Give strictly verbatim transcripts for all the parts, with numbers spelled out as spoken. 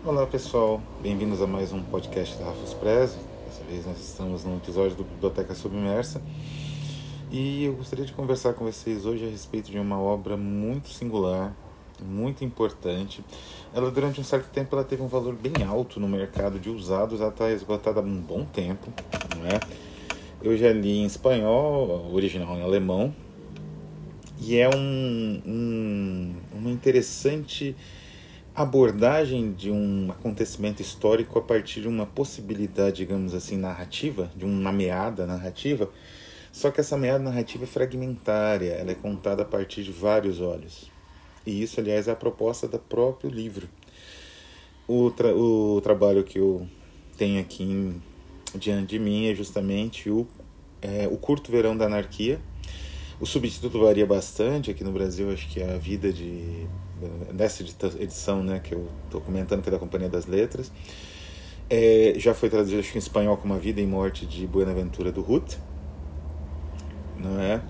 Olá pessoal, bem-vindos a mais um podcast da Rafus Press. Dessa vez nós estamos num episódio do Biblioteca Submersa e eu gostaria de conversar com vocês hoje a respeito de uma obra muito singular, muito importante. Ela durante um certo tempo ela teve um valor bem alto no mercado de usados, ela está esgotada há um bom tempo, não é? Eu já li em espanhol, original em alemão, e é um, um, uma interessante abordagem de um acontecimento histórico a partir de uma possibilidade, digamos assim, narrativa, de uma meada narrativa, só que essa meada narrativa é fragmentária, ela é contada a partir de vários olhos. E isso, aliás, é a proposta do próprio livro. O, tra- o trabalho que eu tenho aqui em, diante de mim é justamente o, é, o Curto Verão da Anarquia. O subtítulo varia bastante, aqui no Brasil acho que é a vida de... nessa edição, né, que eu estou comentando, que é da Companhia das Letras. É, já foi traduzido acho que em espanhol como A Vida e Morte de Buenaventura do Ruth, não é?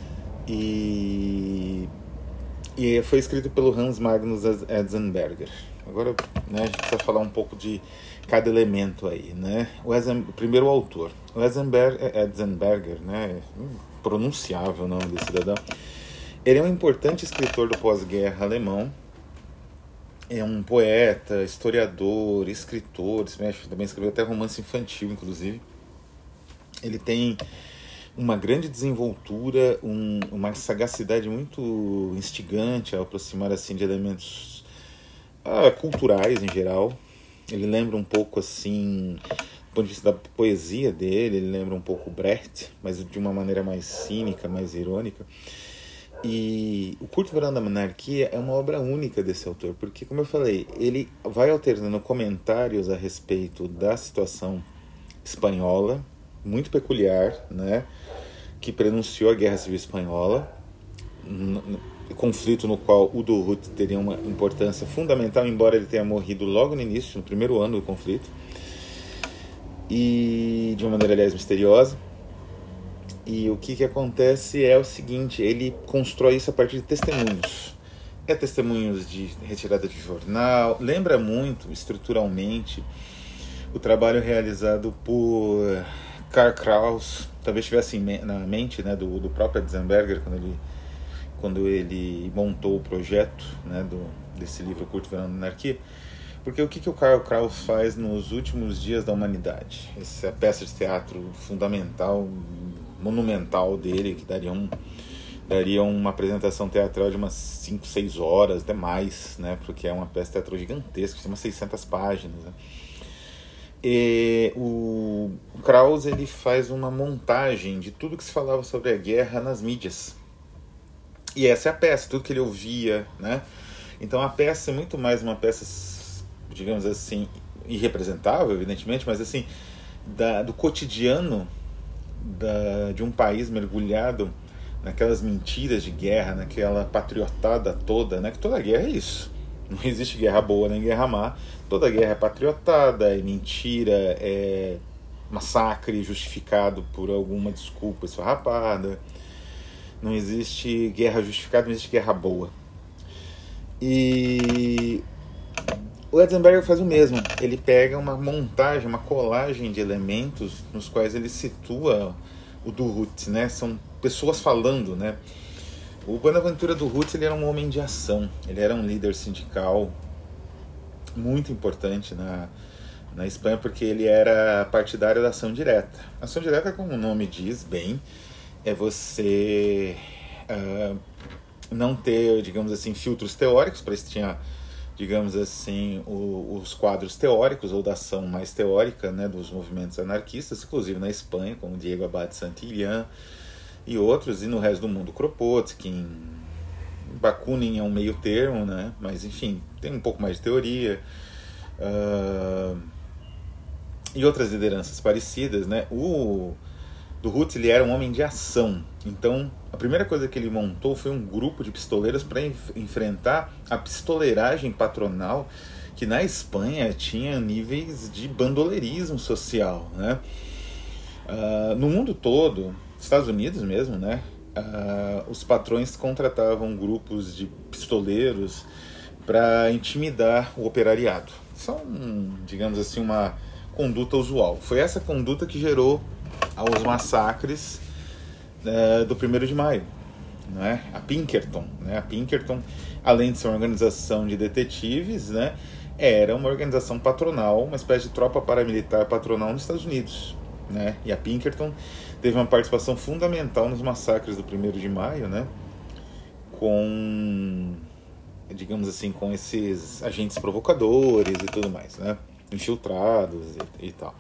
E, e foi escrito pelo Hans Magnus Enzensberger. Agora, né, a gente precisa falar um pouco de cada elemento aí, né? O, Ezen, o primeiro autor, o Enzensberger, né, pronunciável o nome desse cidadão. Ele é um importante escritor do pós-guerra alemão, é um poeta, historiador, escritor, também escreveu até romance infantil, inclusive. Ele tem uma grande desenvoltura, um, uma sagacidade muito instigante ao aproximar assim, de elementos ah, culturais em geral. Ele lembra um pouco assim... do ponto de vista da poesia dele, ele lembra um pouco Brecht, mas de uma maneira mais cínica, mais irônica. E o Curto Verão da Anarquia é uma obra única desse autor, porque, como eu falei, ele vai alternando comentários a respeito da situação espanhola, muito peculiar, né, que prenunciou a Guerra Civil Espanhola, conflito no qual o do Ruth teria uma importância fundamental, embora ele tenha morrido logo no início, no primeiro ano do conflito, e de uma maneira, aliás, misteriosa. E o que, que acontece é o seguinte, ele constrói isso a partir de testemunhos. É testemunhos de retirada de jornal, lembra muito, estruturalmente, o trabalho realizado por Karl Kraus, talvez estivesse na mente, né, do, do próprio Enzensberger, quando ele, quando ele montou o projeto, né, do, desse livro Curto Verão da Anarquia. Porque o que, que o Karl Kraus faz nos últimos dias da humanidade? Essa peça de teatro fundamental, monumental dele, que daria, um, daria uma apresentação teatral de umas cinco, seis horas, até mais, né? Porque é uma peça teatral gigantesca, tem umas seiscentas páginas. Né? E o, o Kraus ele faz uma montagem de tudo que se falava sobre a guerra nas mídias. E essa é a peça, tudo que ele ouvia, né? Então a peça é muito mais uma peça, digamos assim, irrepresentável, evidentemente, mas assim, da, do cotidiano da, de um país mergulhado naquelas mentiras de guerra, naquela patriotada toda, né? Que toda guerra é isso. Não existe guerra boa nem guerra má. Toda guerra é patriotada, é mentira, é massacre justificado por alguma desculpa esfarrapada. Não existe guerra justificada, não existe guerra boa. E o Enzensberger faz o mesmo. Ele pega uma montagem, uma colagem de elementos nos quais ele situa o do Ruth, né? São pessoas falando, né? O Buenaventura do Ruth, ele era um homem de ação. Ele era um líder sindical muito importante na, na Espanha, porque ele era partidário da ação direta. Ação direta, como o nome diz bem, é você uh, não ter, digamos assim, filtros teóricos. Para isso tinha, digamos assim, o, os quadros teóricos ou da ação mais teórica, né, dos movimentos anarquistas, inclusive na Espanha, como Diego Abad Santillán e outros, e no resto do mundo Kropotkin, Bakunin é um meio termo, né, mas enfim, tem um pouco mais de teoria, uh, e outras lideranças parecidas, né. O do Ruth, ele era um homem de ação, então a primeira coisa que ele montou foi um grupo de pistoleiros para enf- enfrentar a pistoleiragem patronal, que na Espanha tinha níveis de bandoleirismo social, né? Uh, no mundo todo, Estados Unidos mesmo, né? Uh, os patrões contratavam grupos de pistoleiros para intimidar o operariado. São, digamos assim, uma conduta usual. Foi essa conduta que gerou os massacres é, do primeiro de maio. Né? A Pinkerton, né? A Pinkerton, além de ser uma organização de detetives, né, era uma organização patronal, uma espécie de tropa paramilitar patronal nos Estados Unidos. Né? E a Pinkerton teve uma participação fundamental nos massacres do primeiro de maio, né? Com, digamos assim, com esses agentes provocadores e tudo mais, né? Infiltrados e, e tal.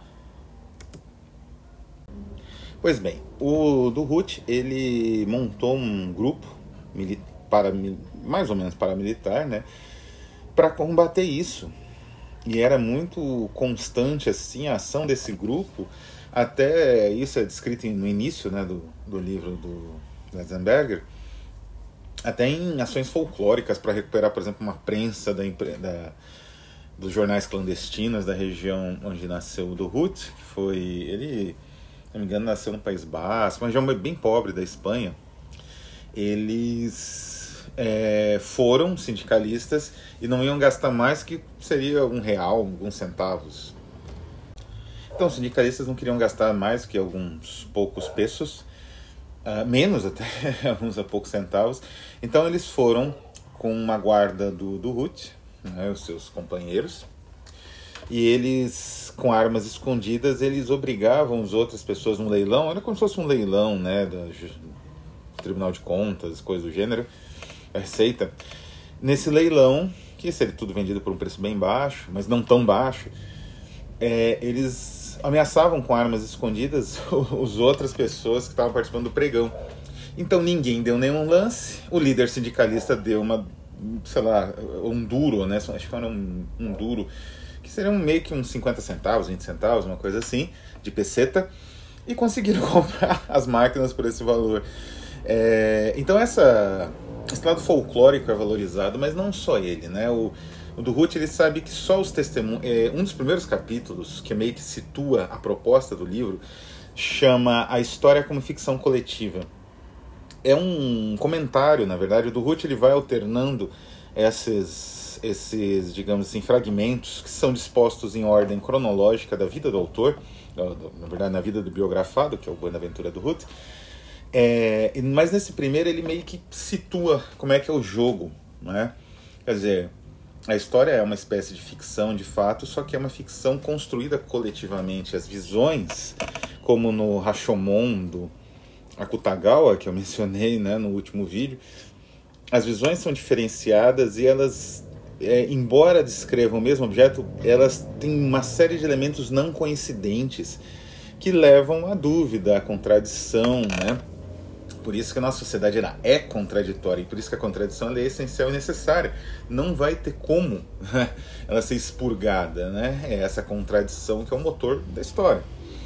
Pois bem, o Duhut, ele montou um grupo para, mais ou menos paramilitar, né, para combater isso. E era muito constante assim, a ação desse grupo, até isso é descrito no início, né, do, do livro do Enzensberger, até em ações folclóricas para recuperar, por exemplo, uma prensa da, da, dos jornais clandestinos da região onde nasceu o Duhut, que foi, ele, se não me engano, nasceu no País Basco, uma região bem pobre da Espanha. Eles é, foram sindicalistas e não iam gastar mais que seria um real, alguns centavos. Então, os sindicalistas não queriam gastar mais que alguns poucos pesos, uh, menos até, alguns a poucos centavos. Então, eles foram com uma guarda do Duhut, né, os seus companheiros, e eles, com armas escondidas, eles obrigavam as outras pessoas num leilão, era como se fosse um leilão, né, do Tribunal de Contas, coisa do gênero, a Receita. Nesse leilão, que seria tudo vendido por um preço bem baixo, mas não tão baixo, é, eles ameaçavam com armas escondidas as outras pessoas que estavam participando do pregão. Então ninguém deu nenhum lance, o líder sindicalista deu uma, sei lá, um duro, né, acho que era um, um duro, que seriam meio que uns cinquenta centavos, vinte centavos, uma coisa assim, de peseta, e conseguiram comprar as máquinas por esse valor. É, então essa, esse lado folclórico é valorizado, mas não só ele, né? O, o Duhut, ele sabe que só os testemunhos... É, um dos primeiros capítulos, que meio que situa a proposta do livro, chama A História como Ficção Coletiva. É um comentário, na verdade. O Duhut, ele vai alternando esses, esses, digamos assim, fragmentos que são dispostos em ordem cronológica da vida do autor, na verdade, na vida do biografado, que é o Buenaventura Duhut. É, mas nesse primeiro ele meio que situa como é que é o jogo, né? Quer dizer, a história é uma espécie de ficção de fato, só que é uma ficção construída coletivamente. As visões, como no Rashomon do Akutagawa, que eu mencionei, né, no último vídeo, as visões são diferenciadas e elas, é, embora descrevam o mesmo objeto, elas têm uma série de elementos não coincidentes que levam à dúvida, à contradição, né? Por isso que a nossa sociedade ela é contraditória, e por isso que a contradição ela é essencial e necessária. Não vai ter como ela ser expurgada, né? É essa contradição que é o motor da história.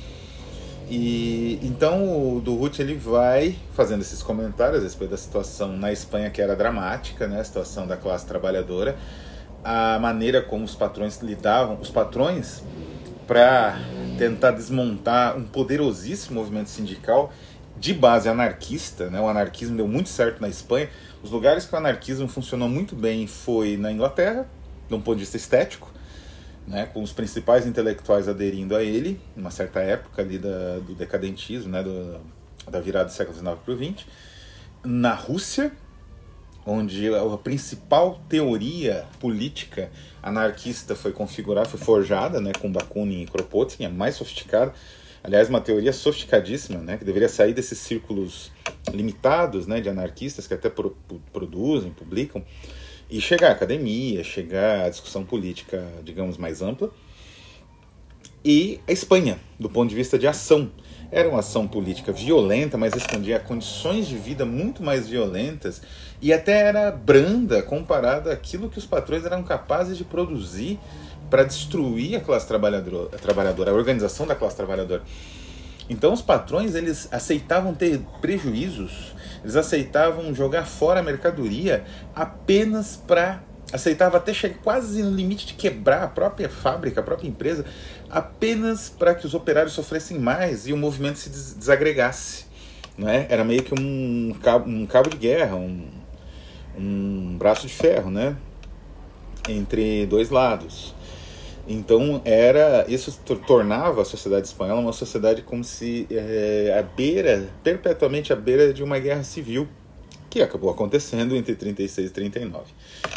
E então o Duhut, ele vai fazendo esses comentários a respeito da situação na Espanha, que era dramática, né? A situação da classe trabalhadora, a maneira como os patrões lidavam, os patrões, para tentar desmontar um poderosíssimo movimento sindical de base anarquista, né? O anarquismo deu muito certo na Espanha. Os lugares que o anarquismo funcionou muito bem foi na Inglaterra, de um ponto de vista estético, né? Com os principais intelectuais aderindo a ele, numa certa época ali da, do decadentismo, né? do, da virada do século dezenove para o vinte. Na Rússia, onde a principal teoria política anarquista foi configurada, foi forjada, né? Com Bakunin e Kropotkin, a mais sofisticada. Aliás, uma teoria sofisticadíssima, né, que deveria sair desses círculos limitados, né, de anarquistas que até pro, produzem, publicam, e chegar à academia, chegar à discussão política, digamos, mais ampla. E a Espanha, do ponto de vista de ação. Era uma ação política violenta, mas respondia a condições de vida muito mais violentas e até era branda comparada àquilo que os patrões eram capazes de produzir para destruir a classe trabalhadora, a trabalhadora, a organização da classe trabalhadora. Então os patrões, eles aceitavam ter prejuízos, eles aceitavam jogar fora a mercadoria apenas para... aceitava até chegar quase no limite de quebrar a própria fábrica, a própria empresa, apenas para que os operários sofressem mais e o movimento se des desagregasse. Né? Era meio que um cabo, um cabo de guerra, um, um braço de ferro, né? entre dois lados. Então era isso tornava a sociedade espanhola uma sociedade como se é, à beira, perpetuamente à beira de uma guerra civil, que acabou acontecendo entre trinta e seis e trinta e nove.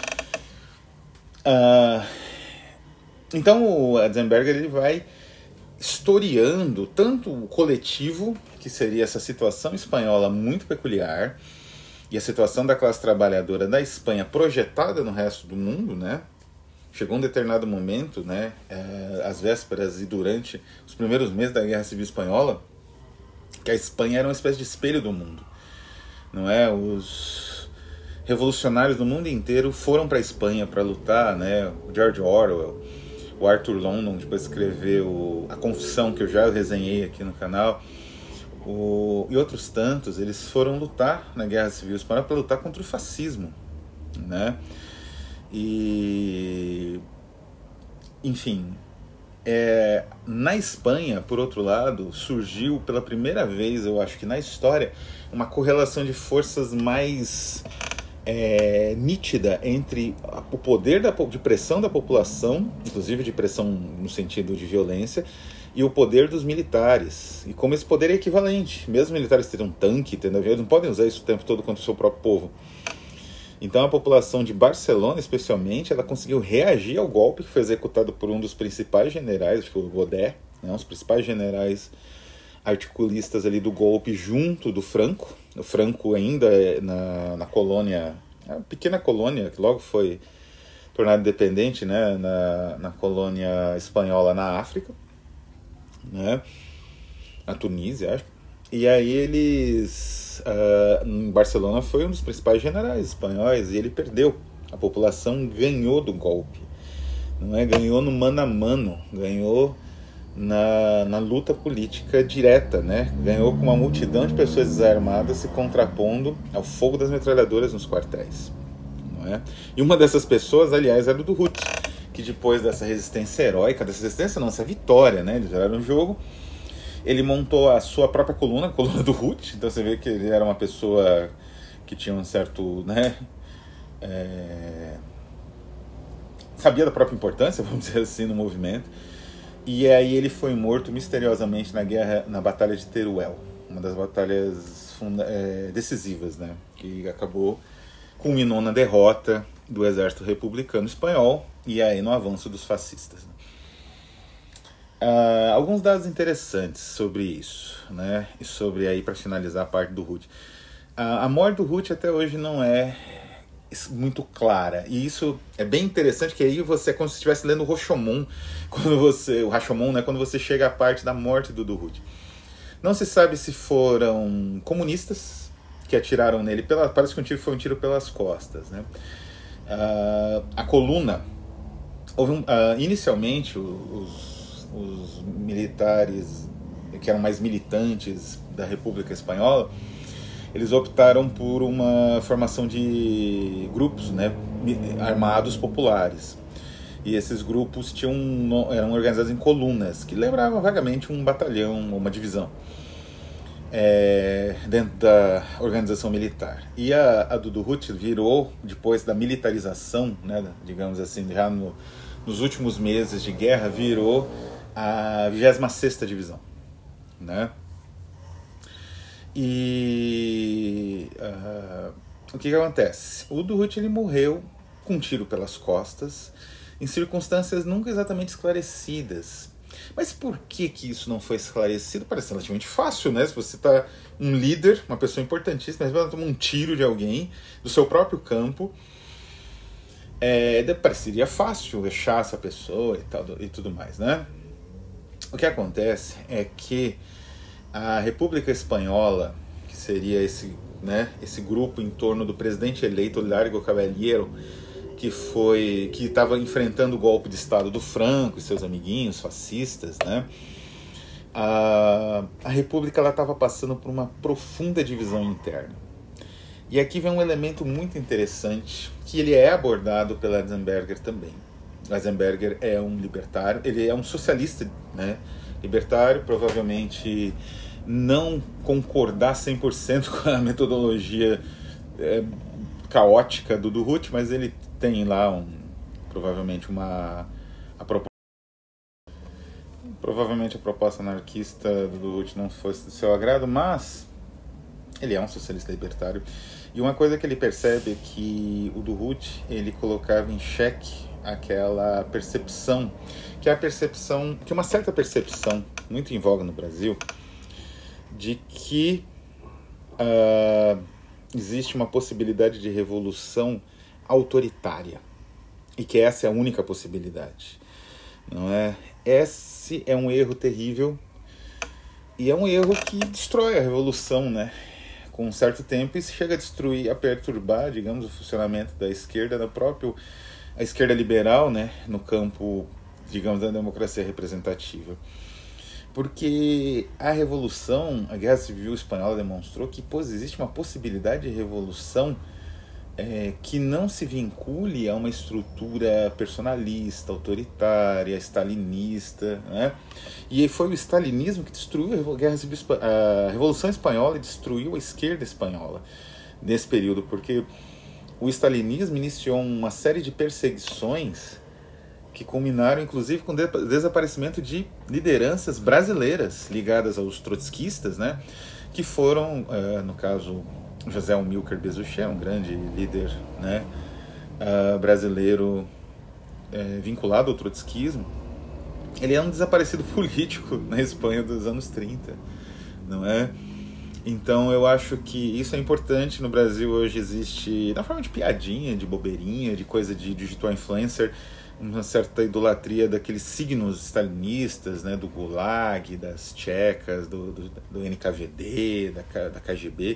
Ah, então o Heisenberger ele vai historiando tanto o coletivo, que seria essa situação espanhola muito peculiar, e a situação da classe trabalhadora da Espanha projetada no resto do mundo, né? Chegou um determinado momento, né, é, às vésperas e durante os primeiros meses da Guerra Civil Espanhola, que a Espanha era uma espécie de espelho do mundo, não é? Os revolucionários do mundo inteiro foram para a Espanha para lutar, né? O George Orwell, o Arthur London, depois escreveu A Confissão, que eu já resenhei aqui no canal, o, e outros tantos, eles foram lutar na Guerra Civil Espanhola para lutar contra o fascismo, né? E, enfim, é, na Espanha, por outro lado, surgiu pela primeira vez, eu acho que na história, uma correlação de forças mais é, nítida entre a, o poder da, de pressão da população, inclusive de pressão no sentido de violência, e o poder dos militares. E como esse poder é equivalente. Mesmo os militares terem um tanque, tendo avião, eles não podem usar isso o tempo todo contra o seu próprio povo. Então a população de Barcelona, especialmente, ela conseguiu reagir ao golpe que foi executado por um dos principais generais, acho que o Godé, né, um dos principais generais articulistas ali do golpe, junto do Franco. O Franco ainda na, na colônia, uma pequena colônia que logo foi tornada independente, né, na, na colônia espanhola na África, né, na Tunísia, acho. E aí eles... Uh, em Barcelona foi um dos principais generais espanhóis e ele perdeu. A população ganhou do golpe, não é? Ganhou no mano a mano, ganhou na, na luta política direta, né? Ganhou com uma multidão de pessoas desarmadas se contrapondo ao fogo das metralhadoras nos quartéis, não é? E uma dessas pessoas, aliás, era o do Ruth, que depois dessa resistência heróica, dessa resistência não, essa vitória, né? Eles viraram o jogo. Ele montou a sua própria coluna, a coluna do Ruth. Então você vê que ele era uma pessoa que tinha um certo, né, é... sabia da própria importância, vamos dizer assim, no movimento. E aí ele foi morto misteriosamente na guerra, na Batalha de Teruel, uma das batalhas funda... é, decisivas, né, que acabou, culminou na derrota do exército republicano espanhol e aí no avanço dos fascistas. Uh, alguns dados interessantes sobre isso, né? E sobre aí, para finalizar a parte do Ruth. Uh, a morte do Ruth até hoje não é muito clara. E isso é bem interessante, que aí você é como se estivesse lendo o Rashomon, quando você, o Rashomon, né? Quando você chega à parte da morte do, do Ruth. Não se sabe se foram comunistas que atiraram nele. Pela, parece que um tiro foi um tiro pelas costas, né? Uh, a coluna, houve um, uh, inicialmente os os militares que eram mais militantes da República Espanhola, eles optaram por uma formação de grupos, né, armados populares. E esses grupos tinham, eram organizados em colunas, que lembravam vagamente um batalhão ou uma divisão é, dentro da organização militar. E a, a Dudu Ruth virou, depois da militarização, né, digamos assim, já no, nos últimos meses de guerra, virou a vigésima sexta divisão, né? E uh, o que que acontece? O Durruti, ele morreu com um tiro pelas costas, em circunstâncias nunca exatamente esclarecidas. Mas por que que isso não foi esclarecido? Parece relativamente fácil, né? Se você está um líder, uma pessoa importantíssima, você toma um tiro de alguém do seu próprio campo, é, pareceria fácil fechar essa pessoa e, tal, e tudo mais, né? O que acontece é que a República Espanhola, que seria esse, né, esse grupo em torno do presidente eleito Largo Caballero, que foi que estava enfrentando o golpe de Estado do Franco e seus amiguinhos fascistas, né? A, a República estava passando por uma profunda divisão interna. E aqui vem um elemento muito interessante, que ele é abordado pela Heisenberger também. Heisenberger é um libertário, ele é um socialista, né, libertário, provavelmente não concordar cem por cento com a metodologia é, caótica do Durruti, mas ele tem lá um, provavelmente uma a proposta, provavelmente a proposta anarquista do Ruth não fosse do seu agrado, mas ele é um socialista libertário. E uma coisa que ele percebe é que o Duruth, ele colocava em xeque aquela percepção, que é a percepção, que é uma certa percepção, muito em voga no Brasil, de que uh, existe uma possibilidade de revolução autoritária. E que essa é a única possibilidade. Não é? Esse é um erro terrível. E é um erro que destrói a revolução, né? Com um certo tempo, e chega a destruir, a perturbar, digamos, o funcionamento da esquerda, da própria a esquerda liberal, né, no campo, digamos, da democracia representativa. Porque a revolução, a Guerra Civil Espanhola demonstrou que, pois, existe uma possibilidade de revolução é, que não se vincule a uma estrutura personalista, autoritária, stalinista, né? E foi o stalinismo que destruiu a, Guerra Civil, a Revolução Espanhola e destruiu a esquerda espanhola nesse período, porque o stalinismo iniciou uma série de perseguições que culminaram, inclusive, com o de- desaparecimento de lideranças brasileiras ligadas aos trotskistas, né? Que foram, uh, no caso, José Amílcar Bezuché, um grande líder, né? uh, brasileiro uh, vinculado ao trotskismo. Ele é um desaparecido político na Espanha dos anos trinta, não é? Então eu acho que isso é importante. No Brasil hoje existe, na forma de piadinha, de bobeirinha, de coisa de digital influencer, uma certa idolatria daqueles signos stalinistas, né, do Gulag, das tchecas, do, do, do N K V D, da, da K G B.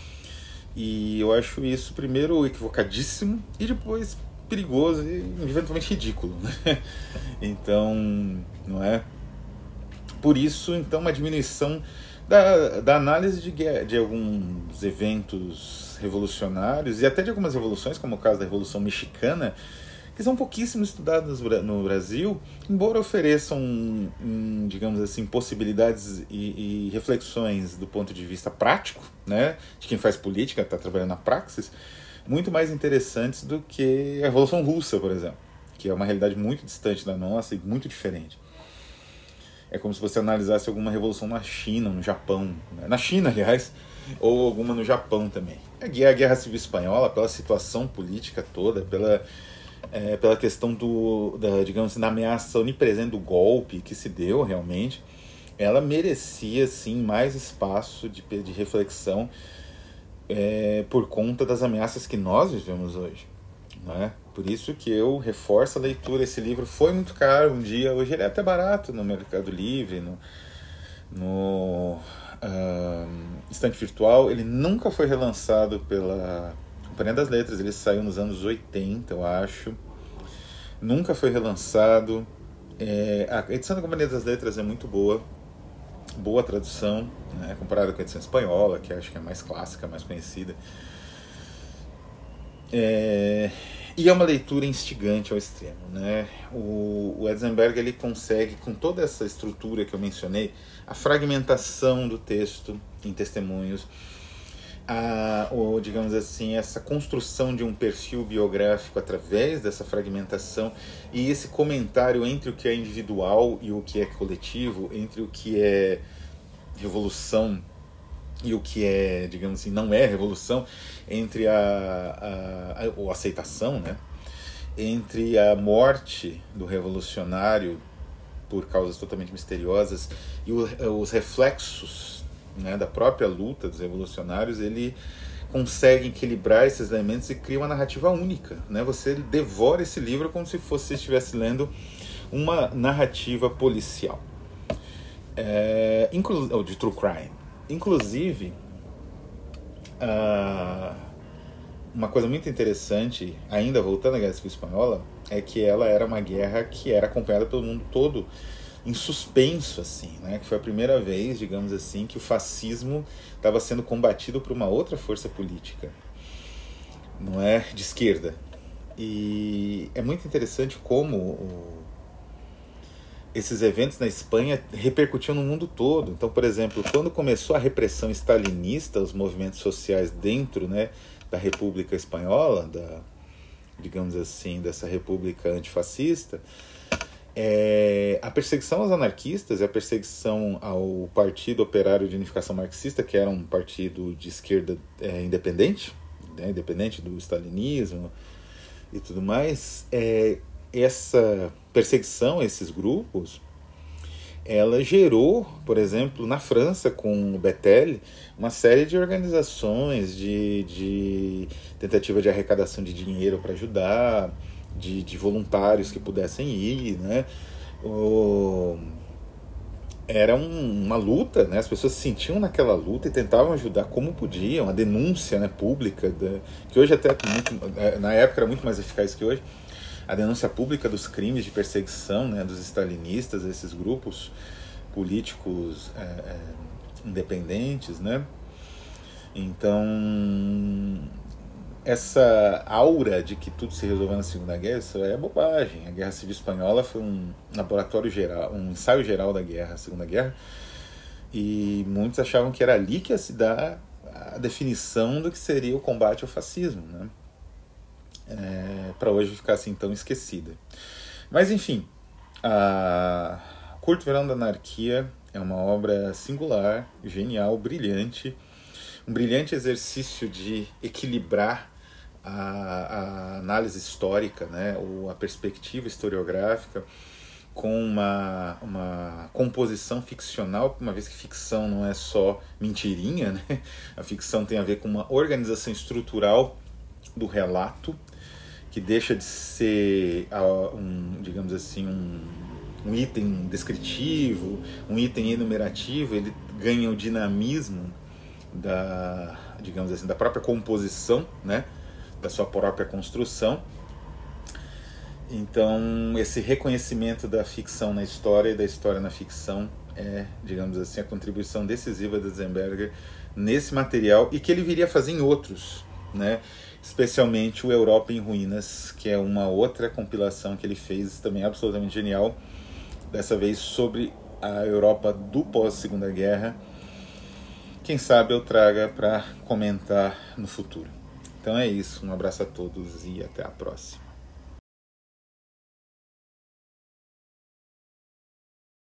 E eu acho isso, primeiro, equivocadíssimo e depois perigoso e eventualmente ridículo, né? Então, não é? Por isso, então, uma diminuição da, da análise de, de alguns eventos revolucionários e até de algumas revoluções, como o caso da Revolução Mexicana, que são pouquíssimo estudadas no Brasil, embora ofereçam, hum, digamos assim, possibilidades e, e reflexões do ponto de vista prático, né, de quem faz política, está trabalhando na praxis, muito mais interessantes do que a Revolução Russa, por exemplo, que é uma realidade muito distante da nossa e muito diferente. É como se você analisasse alguma revolução na China, no Japão, né? Na China, aliás, ou alguma no Japão também. A Guerra Civil Espanhola, pela situação política toda, pela, é, pela questão do, da, digamos assim, da ameaça onipresente do golpe que se deu realmente, ela merecia, sim, mais espaço de, de reflexão é, por conta das ameaças que nós vivemos hoje, não é? Por isso que eu reforço a leitura. Esse livro foi muito caro um dia, hoje ele é até barato no Mercado Livre, no, no uh, estante virtual. Ele nunca foi relançado pela Companhia das Letras, ele saiu nos anos oitenta, eu acho. Nunca foi relançado. É, a edição da Companhia das Letras é muito boa, boa tradução, né, comparada com a edição espanhola, que acho que é mais clássica, mais conhecida. É... E é uma leitura instigante ao extremo, né? O, o Eisenberg, ele consegue, com toda essa estrutura que eu mencionei, a fragmentação do texto em testemunhos, a, ou, digamos assim, essa construção de um perfil biográfico através dessa fragmentação e esse comentário entre o que é individual e o que é coletivo, entre o que é revolução e o que é, digamos assim, não é revolução, entre a, a, a, a aceitação, né? Entre a morte do revolucionário por causas totalmente misteriosas e o, os reflexos, né, da própria luta dos revolucionários, ele consegue equilibrar esses elementos e cria uma narrativa única, né? Você devora esse livro como se fosse, se estivesse lendo uma narrativa policial, é, inclu- de true crime. Inclusive, uh, uma coisa muito interessante, ainda voltando à Guerra Civil Espanhola, é que ela era uma guerra que era acompanhada pelo mundo todo em suspenso, assim, né? Que foi a primeira vez, digamos assim, que o fascismo estava sendo combatido por uma outra força política, não é, de esquerda. E é muito interessante como o esses eventos na Espanha repercutiam no mundo todo. Então, por exemplo, quando começou a repressão stalinista, os movimentos sociais dentro, né, da República Espanhola, da, digamos assim, dessa república antifascista, é, a perseguição aos anarquistas e a perseguição ao Partido Operário de Unificação Marxista, que era um partido de esquerda é, independente, né, independente do stalinismo e tudo mais, é, essa perseguição a esses grupos, ela gerou, por exemplo, na França, com o Bettel, uma série de organizações, de, de tentativa de arrecadação de dinheiro para ajudar, de, de voluntários que pudessem ir, né? O... Era um, uma luta, né? As pessoas se sentiam naquela luta e tentavam ajudar como podiam, a denúncia, né, pública, da... que hoje até, muito, na época era muito mais eficaz que hoje, a denúncia pública dos crimes de perseguição, né, dos stalinistas, esses grupos políticos é, é, independentes, né? Então, essa aura de que tudo se resolveu na Segunda Guerra, isso é bobagem. A Guerra Civil Espanhola foi um laboratório geral, um ensaio geral da guerra, a Segunda Guerra, e muitos achavam que era ali que ia se dar a definição do que seria o combate ao fascismo, né? É, para hoje ficar assim tão esquecida. Mas enfim, a Curto Verão da Anarquia é uma obra singular, genial, brilhante, um brilhante exercício de equilibrar a, a análise histórica, né, ou a perspectiva historiográfica com uma, uma composição ficcional, uma vez que ficção não é só mentirinha, né? A ficção tem a ver com uma organização estrutural do relato, que deixa de ser, um, digamos assim, um, um item descritivo, um item enumerativo, ele ganha o dinamismo da, digamos assim, da própria composição, né, da sua própria construção. Então, esse reconhecimento da ficção na história e da história na ficção é, digamos assim, a contribuição decisiva de Zemberger nesse material, e que ele viria a fazer em outros, né? Especialmente o Europa em Ruínas, que é uma outra compilação que ele fez, também absolutamente genial, dessa vez sobre a Europa do pós-Segunda Guerra. Quem sabe eu traga para comentar no futuro. Então é isso, um abraço a todos e até a próxima.